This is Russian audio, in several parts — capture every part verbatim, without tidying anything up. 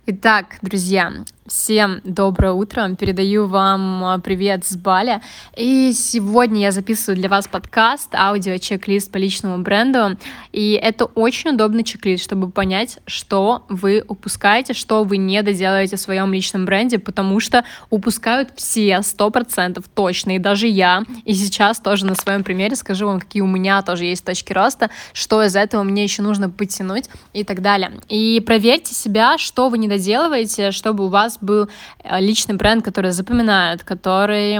Итак, друзья, всем доброе утро. Передаю вам а, привет с Бали. И сегодня я записываю для вас подкаст, аудио-чек-лист по личному бренду. И это очень удобный чек-лист, чтобы понять, что вы упускаете, что вы не доделаете в своем личном бренде, потому что упускают все, сто процентов точно, и даже я. И сейчас тоже на своем примере скажу вам, какие у меня тоже есть точки роста, что из этого мне еще нужно подтянуть и так далее. И проверьте себя, что вы не доделываете, чтобы у вас был личный бренд, который запоминают, который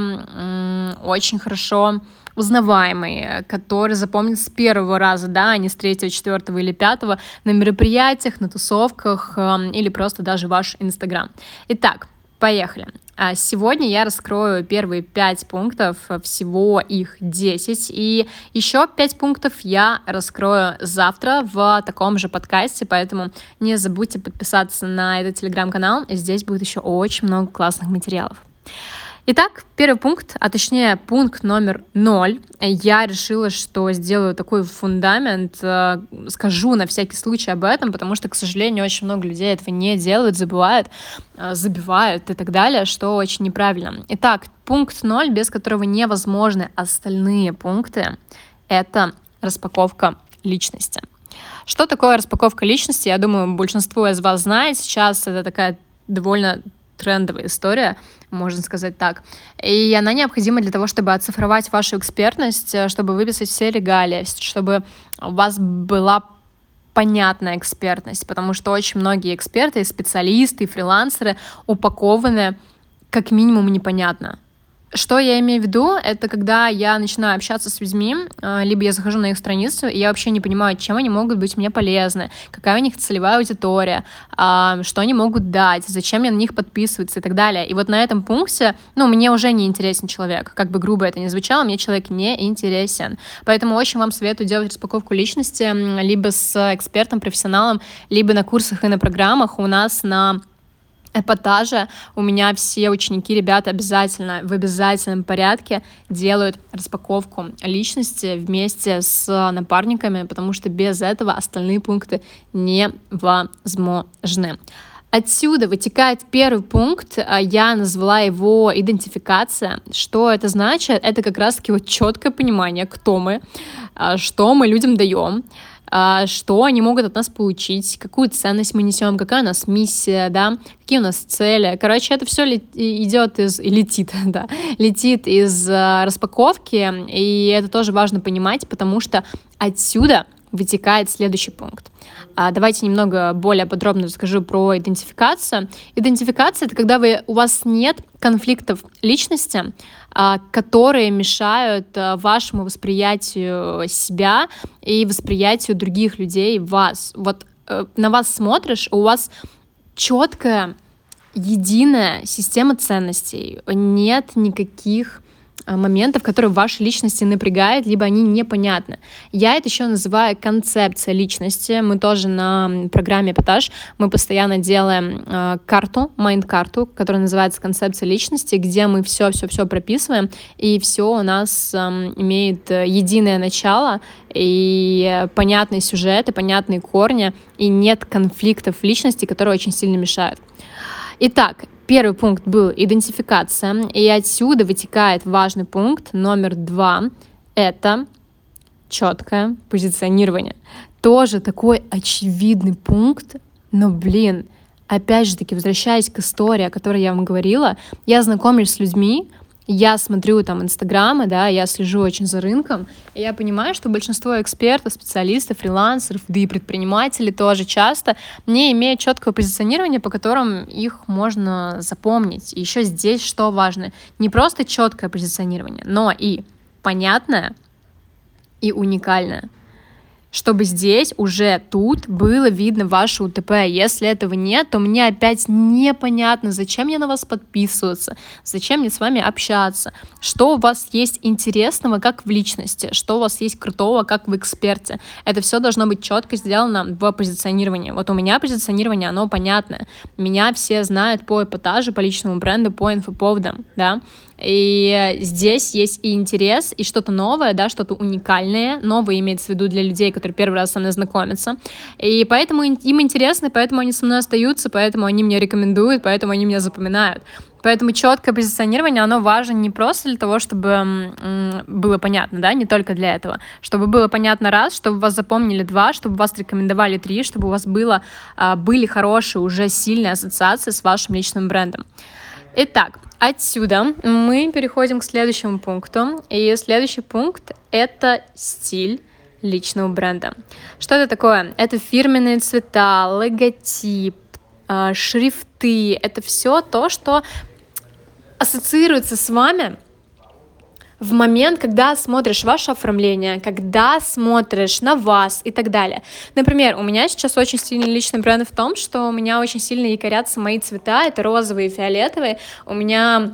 м, очень хорошо узнаваемый, который запомнит с первого раза, да, а не с третьего, четвертого или пятого на мероприятиях, на тусовках э, или просто даже ваш Инстаграм. Итак, поехали. А Сегодня я раскрою первые пять пунктов, всего их десять, и еще пять пунктов я раскрою завтра в таком же подкасте, поэтому не забудьте подписаться на этот телеграм-канал, здесь будет еще очень много классных материалов. Итак, первый пункт, а точнее пункт номер ноль. Я решила, что сделаю такой фундамент, э, скажу на всякий случай об этом, потому что, к сожалению, очень много людей этого не делают, забывают, э, забивают и так далее, что очень неправильно. Итак, пункт ноль, без которого невозможны остальные пункты, это распаковка личности. Что такое распаковка личности? Я думаю, большинство из вас знает. Сейчас это такая довольно трендовая история, можно сказать так. И она необходима для того, чтобы оцифровать вашу экспертность, чтобы выписать все регалии, чтобы у вас была понятная экспертность, потому что очень многие эксперты, специалисты, фрилансеры упакованы как минимум непонятно. Что я имею в виду, это когда я начинаю общаться с людьми, либо я захожу на их страницу, и я вообще не понимаю, чем они могут быть мне полезны, какая у них целевая аудитория, что они могут дать, зачем мне на них подписываться и так далее. И вот на этом пункте, ну, мне уже не интересен человек, как бы грубо это ни звучало, мне человек не интересен. Поэтому очень вам советую делать распаковку личности либо с экспертом, профессионалом, либо на курсах и на программах. У нас на эпатаже у меня все ученики, ребята обязательно в обязательном порядке делают распаковку личности вместе с напарниками, потому что без этого остальные пункты невозможны. Отсюда вытекает первый пункт, я назвала его идентификация. Что это значит? Это как раз-таки вот четкое понимание, кто мы, что мы людям даем, что они могут от нас получить, какую ценность мы несем, какая у нас миссия, да, какие у нас цели. Короче, это все идет из, летит, да, летит из распаковки, и это тоже важно понимать, потому что отсюда вытекает следующий пункт. Давайте немного более подробно расскажу про идентификацию. Идентификация — это когда вы, у вас нет конфликтов личности, которые мешают вашему восприятию себя и восприятию других людей вас. Вот на вас смотришь, у вас четкая, единая система ценностей, нет никаких моментов, которые в вашей личности напрягают, либо они непонятны. Я это еще называю концепция личности. Мы тоже на программе «Эпатаж» мы постоянно делаем э, карту, майнд-карту, которая называется «Концепция личности», где мы все-все-все прописываем, и все у нас э, имеет единое начало, и понятный сюжет, и понятные корни, и нет конфликтов личности, которые очень сильно мешают. Итак, первый пункт был идентификация, и отсюда вытекает важный пункт номер два. Это четкое позиционирование. Тоже такой очевидный пункт, но, блин, опять же таки, возвращаясь к истории, о которой я вам говорила, я знакомлюсь с людьми, я смотрю там инстаграмы, да, я слежу очень за рынком, и я понимаю, что большинство экспертов, специалистов, фрилансеров, да и предпринимателей тоже часто не имеют четкого позиционирования, по которым их можно запомнить. И еще здесь что важно? Не просто четкое позиционирование, но и понятное и уникальное. Чтобы здесь уже тут было видно ваше УТП. Если этого нет, то мне опять непонятно, зачем мне на вас подписываться, зачем мне с вами общаться, что у вас есть интересного как в личности, что у вас есть крутого как в эксперте. Это все должно быть четко сделано в позиционировании. Вот у меня позиционирование, оно понятное. Меня все знают по эпатажу, по личному бренду, по инфоповодам, да. И здесь есть и интерес, и что-то новое, да, что-то уникальное. Новое имеется в виду для людей, которые первый раз со мной знакомятся. И поэтому им интересно, поэтому они со мной остаются, поэтому они мне рекомендуют, поэтому они меня запоминают. Поэтому четкое позиционирование, оно важно не просто для того, чтобы м, было понятно, да, не только для этого. Чтобы было понятно раз, чтобы вас запомнили два, чтобы вас рекомендовали три, чтобы у вас было, а, были хорошие, уже сильные ассоциации с вашим личным брендом. Итак, отсюда мы переходим к следующему пункту. И следующий пункт — это стиль личного бренда. Что это такое? Это фирменные цвета, логотип, а, шрифты. Это все то, что ассоциируется с вами в момент, когда смотришь ваше оформление, когда смотришь на вас и так далее. Например, у меня сейчас очень сильный личный бренд в том, что у меня очень сильно якорятся мои цвета, это розовые и фиолетовые. У меня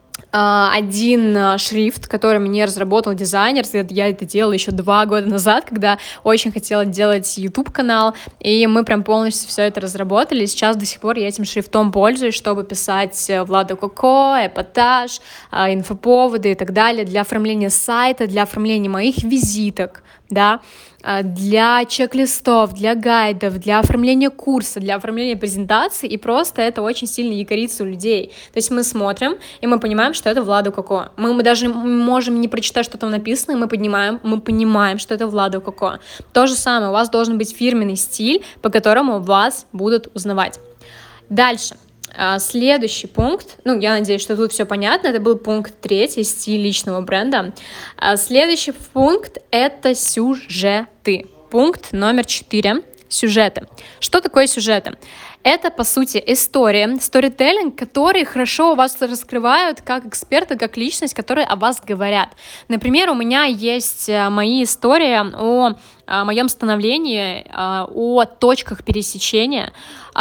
а, один а, шрифт, который мне разработал дизайнер. Я это делала еще два года назад, когда очень хотела делать YouTube-канал, и мы прям полностью все это разработали. Сейчас до сих пор я этим шрифтом пользуюсь, чтобы писать Влада Коко, эпатаж, а, инфоповоды и так далее, для оформления сайта, для оформления моих визиток, да, для чек-листов, для гайдов, для оформления курса, для оформления презентации, и просто это очень сильно якорится у людей. То есть мы смотрим, и мы понимаем, что это Влада Коко. Мы, мы даже можем не прочитать, что там написано, и мы, поднимаем, мы понимаем, что это Влада Коко. То же самое, у вас должен быть фирменный стиль, по которому вас будут узнавать. Дальше. Следующий пункт, ну, я надеюсь, что тут все понятно, это был пункт третий, стиль личного бренда. Следующий пункт — это сюжеты. Пункт номер четыре — сюжеты. Что такое сюжеты? Это, по сути, история, сторителлинг, которые хорошо вас раскрывают как эксперта, как личность, которые о вас говорят. Например, у меня есть мои истории о, о моем становлении, о точках пересечения,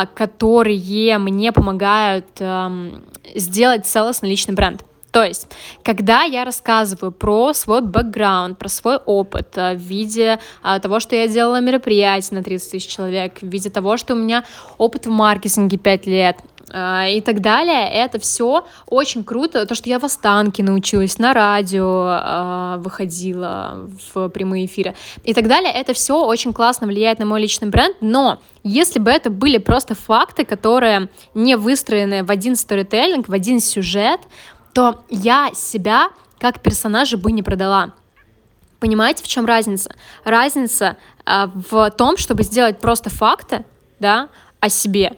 которые мне помогают сделать целостный личный бренд. То есть, когда я рассказываю про свой бэкграунд, про свой опыт в виде а, того, что я делала мероприятие на тридцать тысяч человек, в виде того, что у меня опыт в маркетинге пять лет, а, и так далее, это все очень круто. То, что я в Останке научилась, на радио а, выходила в прямые эфиры и так далее, это все очень классно влияет на мой личный бренд, но если бы это были просто факты, которые не выстроены в один сторителлинг, в один сюжет, то я себя как персонажа бы не продала. Понимаете, в чем разница? Разница э, в том, чтобы сделать просто факты, да, о себе,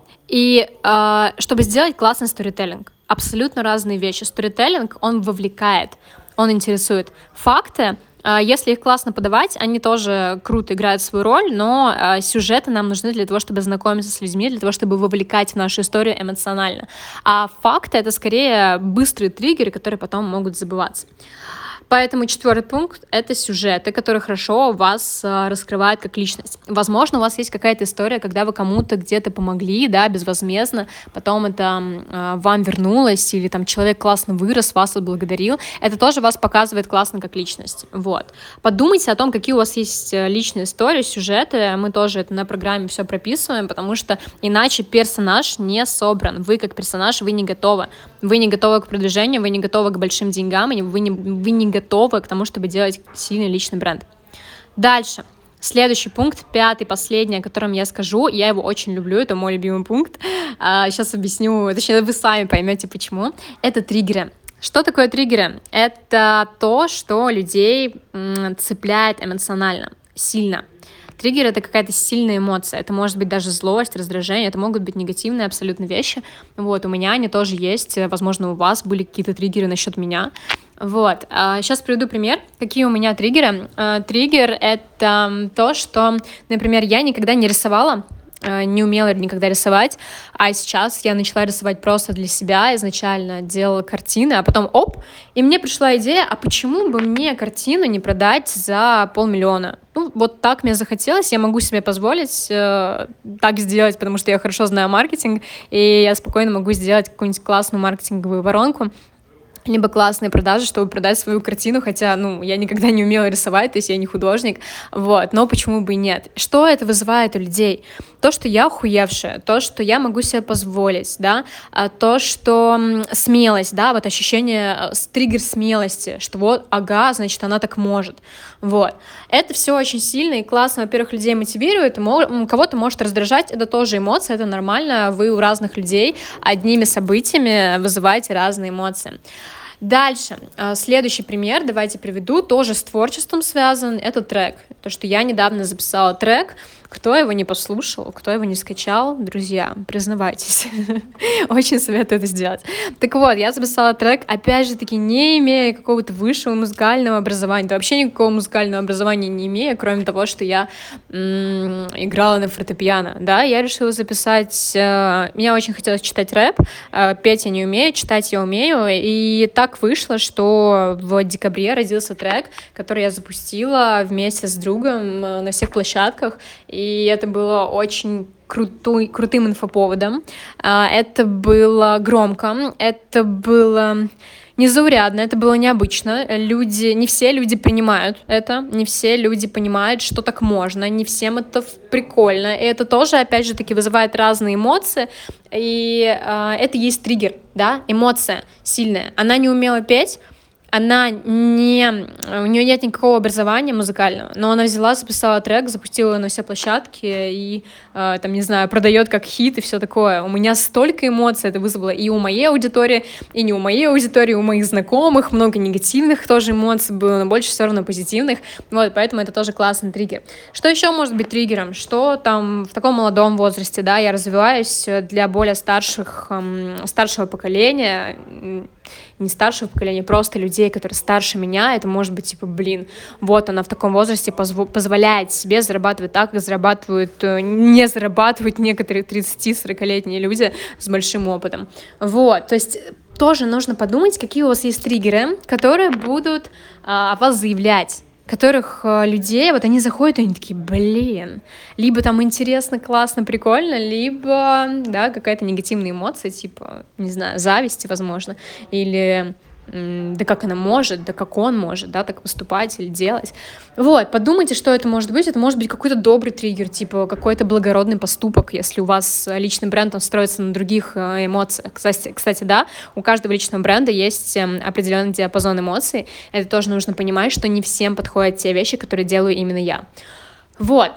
и э, чтобы сделать классный сторителлинг. Абсолютно разные вещи. Сторителлинг, он вовлекает, он интересует. Факты, э, если их классно подавать, они тоже круто играют свою роль, но э, сюжеты нам нужны для того, чтобы знакомиться с людьми, для того, чтобы вовлекать в нашу историю эмоционально. А факты — это скорее быстрые триггеры, которые потом могут забываться. Поэтому четвертый пункт — это сюжеты, которые хорошо вас а, раскрывают как личность. Возможно, у вас есть какая-то история, когда вы кому-то где-то помогли, да, безвозмездно, потом это а, вам вернулось, или там человек классно вырос, вас отблагодарил. Это тоже вас показывает классно как личность. Вот. Подумайте о том, какие у вас есть личные истории, сюжеты. Мы тоже это на программе все прописываем, потому что иначе персонаж не собран. Вы как персонаж, вы не готовы. Вы не готовы к продвижению, вы не готовы к большим деньгам, и вы не, вы не готовы к тому, чтобы делать сильный личный бренд. Дальше. Следующий пункт, пятый, последний, о котором я скажу. Я его очень люблю, это мой любимый пункт. А, сейчас объясню, точнее, вы сами поймете, почему. Это триггеры. Что такое триггеры? Это то, что людей м, цепляет эмоционально, сильно. Триггер — это какая-то сильная эмоция, это может быть даже злость, раздражение, это могут быть негативные абсолютно вещи. Вот, у меня они тоже есть, возможно, у вас были какие-то триггеры насчет меня. Вот, сейчас приведу пример, какие у меня триггеры. Триггер — это то, что, например, я никогда не рисовала, не умела никогда рисовать, а сейчас я начала рисовать просто для себя, изначально делала картины, а потом оп, и мне пришла идея, а почему бы мне картину не продать за полмиллиона? Ну, вот так мне захотелось, я могу себе позволить э, так сделать, потому что я хорошо знаю маркетинг, и я спокойно могу сделать какую-нибудь классную маркетинговую воронку, либо классные продажи, чтобы продать свою картину, хотя, ну, я никогда не умела рисовать, то есть я не художник, вот, но почему бы и нет. Что это вызывает у людей? то, что я охуевшая, то, что я могу себе позволить, да, а, то, что м, смелость, да, вот ощущение, э, с- триггер смелости, что вот, ага, значит, она так может, вот. Это все очень сильно и классно, во-первых, людей мотивирует, мо- м, кого-то может раздражать, это тоже эмоции, это нормально, вы у разных людей одними событиями вызываете разные эмоции. Дальше, а, следующий пример, давайте приведу, тоже с творчеством связан, это трек. То, что я недавно записала трек, кто его не послушал, кто его не скачал, друзья, признавайтесь, очень советую это сделать. Так вот, я записала трек, опять же таки, не имея какого-то высшего музыкального образования, да вообще никакого музыкального образования не имея, кроме того, что я м, играла на фортепиано, да, я решила записать, э, мне очень хотелось читать рэп, э, петь я не умею, читать я умею, и так вышло, что в декабре родился трек, который я запустила вместе с другом э, на всех площадках, и это было очень крутой, крутым инфоповодом. А, Это было громко, это было незаурядно, это было необычно. Люди, не все люди принимают это, не все люди понимают, что так можно, не всем это в- прикольно. И это тоже, опять же таки, вызывает разные эмоции. И а, это есть триггер, да, эмоция сильная. Она не умела петь, она не, у нее нет никакого образования музыкального, но она взяла, записала трек, запустила его на все площадки и, э, там, не знаю, продает как хит и все такое. У меня столько эмоций это вызвало и у моей аудитории, и не у моей аудитории, у моих знакомых, много негативных тоже эмоций было, но больше все равно позитивных. Вот, поэтому это тоже классный триггер. Что еще может быть триггером? Что там в таком молодом возрасте, да, я развиваюсь для более старших, эм, старшего поколения, не старшего поколения, просто людей, которые старше меня, это может быть, типа, блин, вот она в таком возрасте позво- позволяет себе зарабатывать так, как зарабатывают, э, не зарабатывают некоторые тридцати-сорокалетние люди с большим опытом. Вот, то есть тоже нужно подумать, какие у вас есть триггеры, которые будут а, о вас заявлять, которых э, людей, вот они заходят, и они такие, блин, либо там интересно, классно, прикольно, либо, да, какая-то негативная эмоция, типа, не знаю, зависти, возможно, или м, да как она может, да как он может, да, так поступать или делать. Вот, подумайте, что это может быть. Это может быть какой-то добрый триггер, типа какой-то благородный поступок, если у вас э, личный бренд, он строится на других э, эмоциях. Кстати, кстати, да, у каждого личного бренда есть эм, определенный диапазон эмоций. Это тоже нужно понимать, что не всем подходят те вещи, которые делаю именно я. Вот.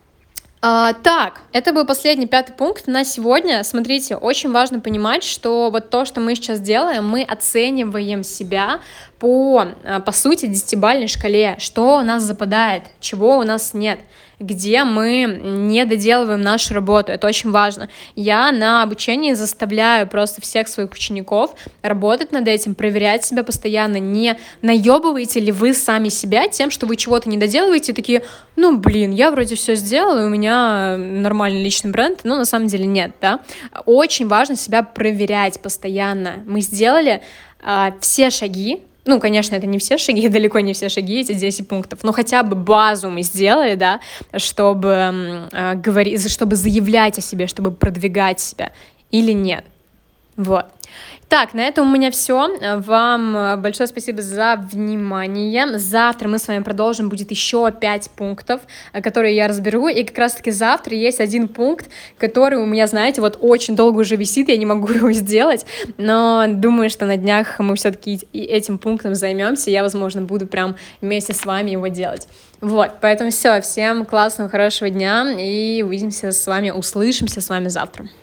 А, так, это был последний, пятый пункт на сегодня. Смотрите, очень важно понимать, что вот то, что мы сейчас делаем, мы оцениваем себя по, а, по сути, десятибалльной шкале, что у нас западает, чего у нас нет, где мы не доделываем нашу работу. Это очень важно. Я на обучении заставляю просто всех своих учеников работать над этим, проверять себя постоянно. Не наебываете ли вы сами себя тем, что вы чего-то не доделываете, и такие, ну, блин, я вроде все сделала, у меня нормальный личный бренд, но на самом деле нет, да. Очень важно себя проверять постоянно. Мы сделали а, все шаги, ну, конечно, это не все шаги, далеко не все шаги, эти десять пунктов, но хотя бы базу мы сделали, да, чтобы, м, а, говорить, чтобы заявлять о себе, чтобы продвигать себя или нет. Вот. Так, на этом у меня все. Вам э, большое спасибо за внимание. Завтра мы с вами продолжим. Будет еще пять пунктов, э, которые я разберу. И как раз-таки завтра есть один пункт, который у меня, знаете, вот очень долго уже висит, я не могу его сделать. Но думаю, что на днях мы все-таки и этим пунктом займемся. Я, возможно, буду прям вместе с вами его делать. Вот, поэтому все. Всем классного, хорошего дня. И увидимся с вами, услышимся с вами завтра.